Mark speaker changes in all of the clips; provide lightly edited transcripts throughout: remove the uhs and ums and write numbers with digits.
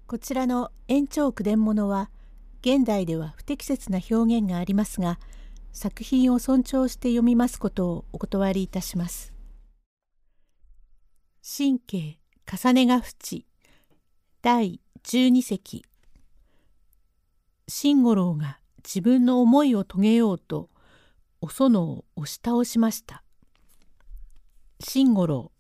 Speaker 1: こちらの延長句伝物は現代では不適切な表現がありますが、作品を尊重して読みますことをお断りいたします。神経重ねが淵第12席。慎五郎が自分の思いを遂げようとお園を押し倒しました。慎五郎、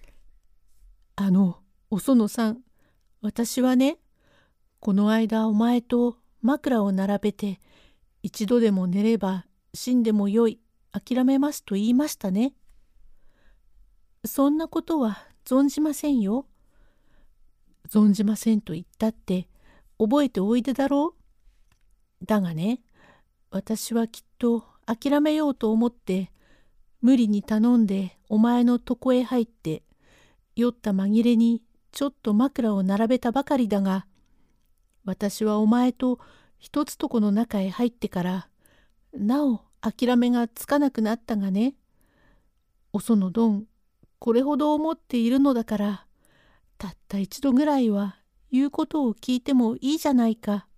Speaker 1: お園さん、私はね、この間お前と枕を並べて一度でも寝れば死んでもよい、諦めますと言いましたね。そんなことは存じませんよ。存じませんと言ったって覚えておいでだろう。だがね、私はきっと諦めようと思って無理に頼んでお前の床へ入って酔った紛れにちょっと枕を並べたばかりだが、私はお前と一つ床の中へ入ってからなお諦めがつかなくなったがね、お園どん、これほど思っているのだからたった一度ぐらいは言うことを聞いてもいいじゃないか。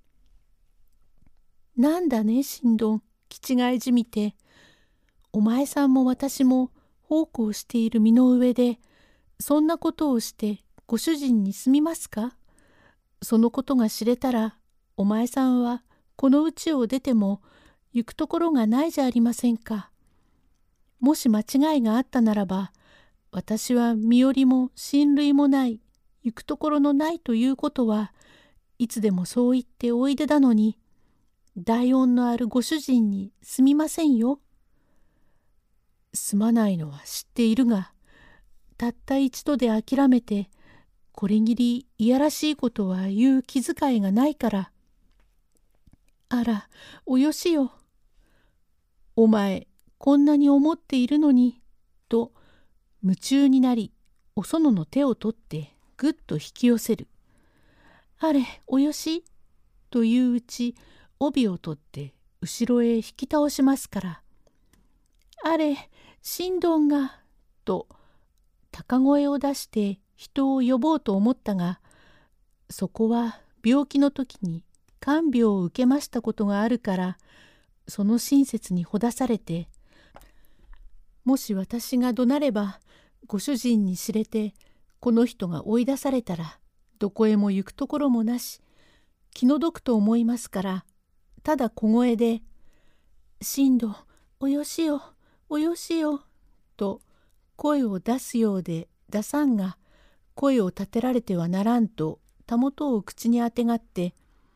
Speaker 1: なんだね、しんどん、気違いじみて。お前さんも私も奉公している身の上でそんなことをしてご主人に済みますか。そのことが知れたらお前さんはこの家を出ても行くところがないじゃありませんか。もし間違いがあったならば、私は身寄りも親類もない、行くところのないということはいつでもそう言っておいでだのに、大恩のあるご主人にすみませんよ。すまないのは知っているが、たった一度で諦めてこれぎりいやらしいことは言う気遣いがないから。あら、およしよ。お前こんなに思っているのに、と夢中になりお園の手を取ってぐっと引き寄せる。あれ、およし、といううち帯を取って後ろへ引き倒しますから。あれ、しんどんが、と高声を出して人を呼ぼうと思ったが、そこは病気の時に看病を受けましたことがあるから、その親切にほだされて、もし私が怒鳴ればご主人に知れてこの人が追い出されたらどこへも行くところもなし、気の毒と思いますから、ただ小声で「しんど、およしよ、およしよ」と声を出すようで出さんが、声を立てられてはならんとたもとを口にあてがって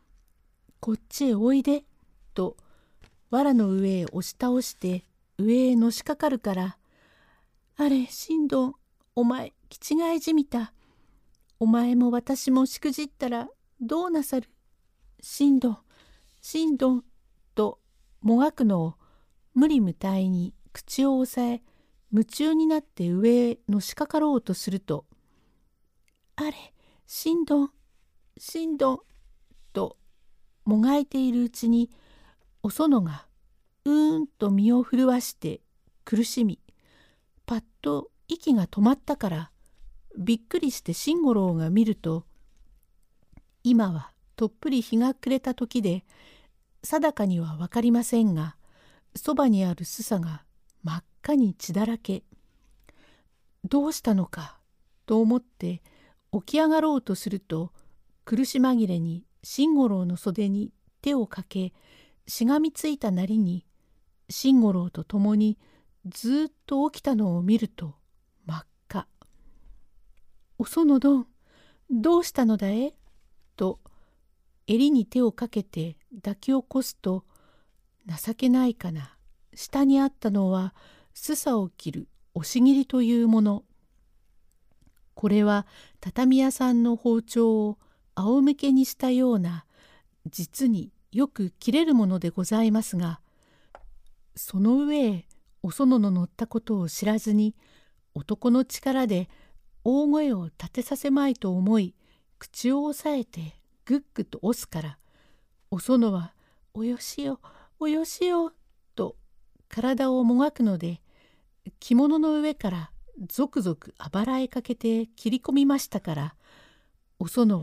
Speaker 1: 「こっちへおいで」と藁の上へ押し倒して上へのしかかるから、あれ、しんどん、お前気違いじみた。お前も私もしくじったらどうなさる。しんどん、しんどん、ともがくのを無理無体に口を押さえ、夢中になって上へのしかかろうとすると、あれ、しんどん、しんどん、ともがいているうちに、お園がうーんと身を震わして苦しみ、パッと息が止まったから、びっくりして慎五郎が見ると、今はとっぷり日が暮れた時で、定かには分かりませんが、そばにあるすさが真っ赤に血だらけ。どうしたのかと思って起き上がろうとすると、苦し紛れに慎五郎の袖に手をかけ、しがみついたなりに、慎五郎と共にずっと起きたのを見ると真っ赤。お園どん、どうしたのだえと襟に手をかけて抱き起こすと、情けないかな、下にあったのはすさを切る押し切りというもの。これは畳屋さんの包丁を仰向けにしたような、実によく切れるものでございますが、その上へお園の乗ったことを知らずに、男の力で大声を立てさせまいと思い、口を押さえてぐっぐと押すから、お園は「およしよ、およしよ」と体をもがくので、着物の上からゾクゾクあばらえかけて切り込みましたから、お園は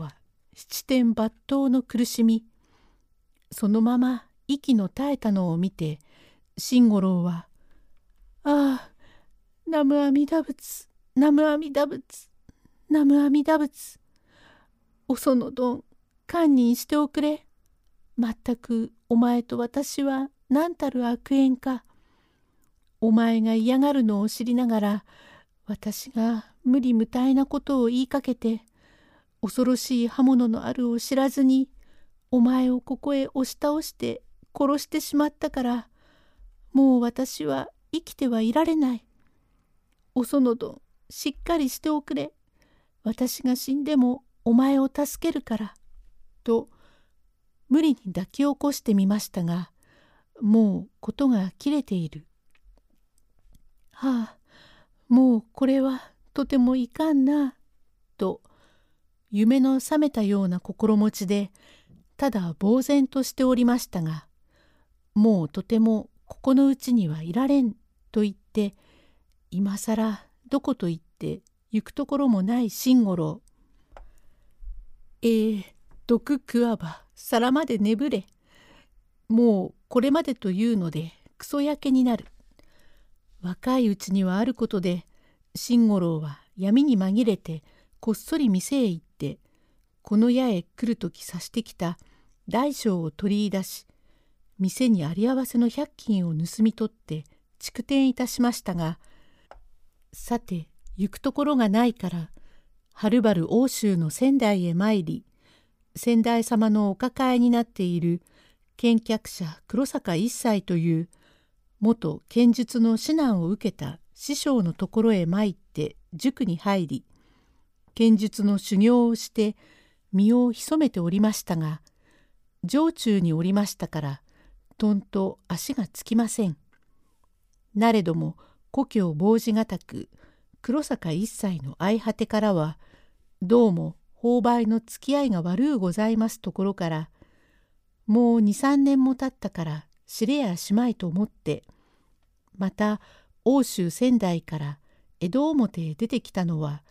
Speaker 1: 七点抜刀の苦しみ、そのまま息の絶えたのを見て、慎五郎は、ああ、南無阿弥陀仏、南無阿弥陀仏、南無阿弥陀仏。お園どん、堪忍しておくれ。まったくお前と私は何たる悪縁か。お前が嫌がるのを知りながら、私が無理無体なことを言いかけて、恐ろしい刃物のあるを知らずに、お前をここへ押し倒して殺してしまったから、もう私は生きてはいられない。お園どん、しっかりしておくれ。私が死んでもお前を助けるから。と、無理に抱き起こしてみましたが、もう事が切れている。はあ、もうこれはとてもいかんな、と、夢の覚めたような心持ちで、ただ呆然としておりましたが、もうとてもここのうちにはいられん、と言って、今さらどこと言って行くところもない慎五郎。毒食わば皿まで眠れ。もうこれまでというのでクソ焼けになる。若いうちにはあることで、慎五郎は闇に紛れてこっそり店へ行って、この矢へ来るとき差してきた大小を取り出し、店にあり合わせの100金を盗み取って蓄店いたしましたが、さて行くところがないから、はるばる奥州の仙台へ参り、仙台様のお抱えになっている剣客者黒坂一切という元剣術の指南を受けた師匠のところへ参って塾に入り、剣術の修行をして身を潜めておりましたが、城中におりましたからとんと足がつきません。なれども故郷傍事がたく黒坂一切の相果てからは、どうも購買の付き合いが悪うございますところから、もう2、3年も経ったから知れやしまいと思って、また奥州仙台から江戸表へ出てきたのは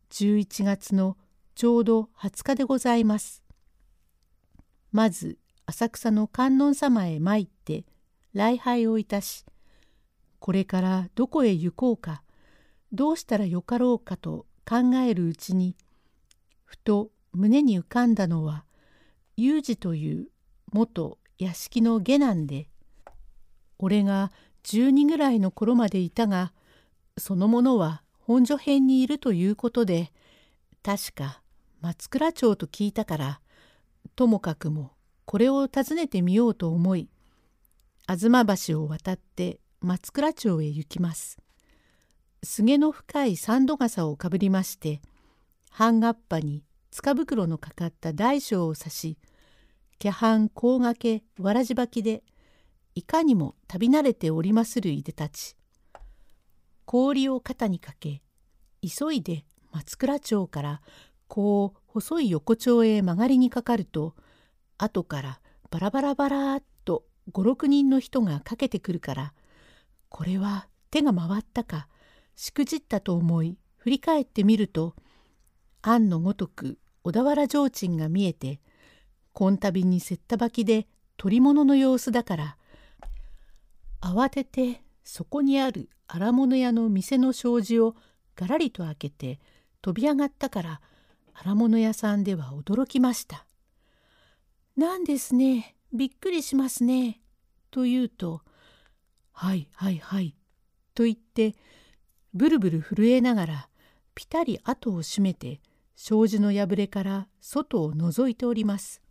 Speaker 1: 11月のちょうど20日でございます。まず浅草の観音様へ参って礼拝をいたし、これからどこへ行こうか、どうしたらよかろうかと考えるうちに、ふと胸に浮かんだのは、裕二という元屋敷の下男で、俺が12ぐらいの頃までいたが、その者は本所辺にいるということで、確か松倉町と聞いたから、ともかくもこれを訪ねてみようと思い、東橋を渡って松倉町へ行きます。菅の深い三度笠をかぶりまして、半合羽に塚袋のかかった大小を刺し、脚半甲掛けわらじ履きで、いかにも旅慣れておりまするいでたち。氷を肩にかけ、急いで松倉町からこう細い横丁へ曲がりにかかると、後からバラバラバラっと5、6人の人がかけてくるから、これは手が回ったか、しくじったと思い振り返ってみると、案のごとく小田原提灯が見えて、こんたびにせったばきで捕り物の様子だから、慌ててそこにある荒物屋の店の障子をがらりと開けて飛び上がったから、荒物屋さんでは驚きました。なんですね、びっくりしますね。と言うと、はいはいはい、と言って、ブルブル震えながら、ぴたり後を閉めて、障子の破れから外を覗いております。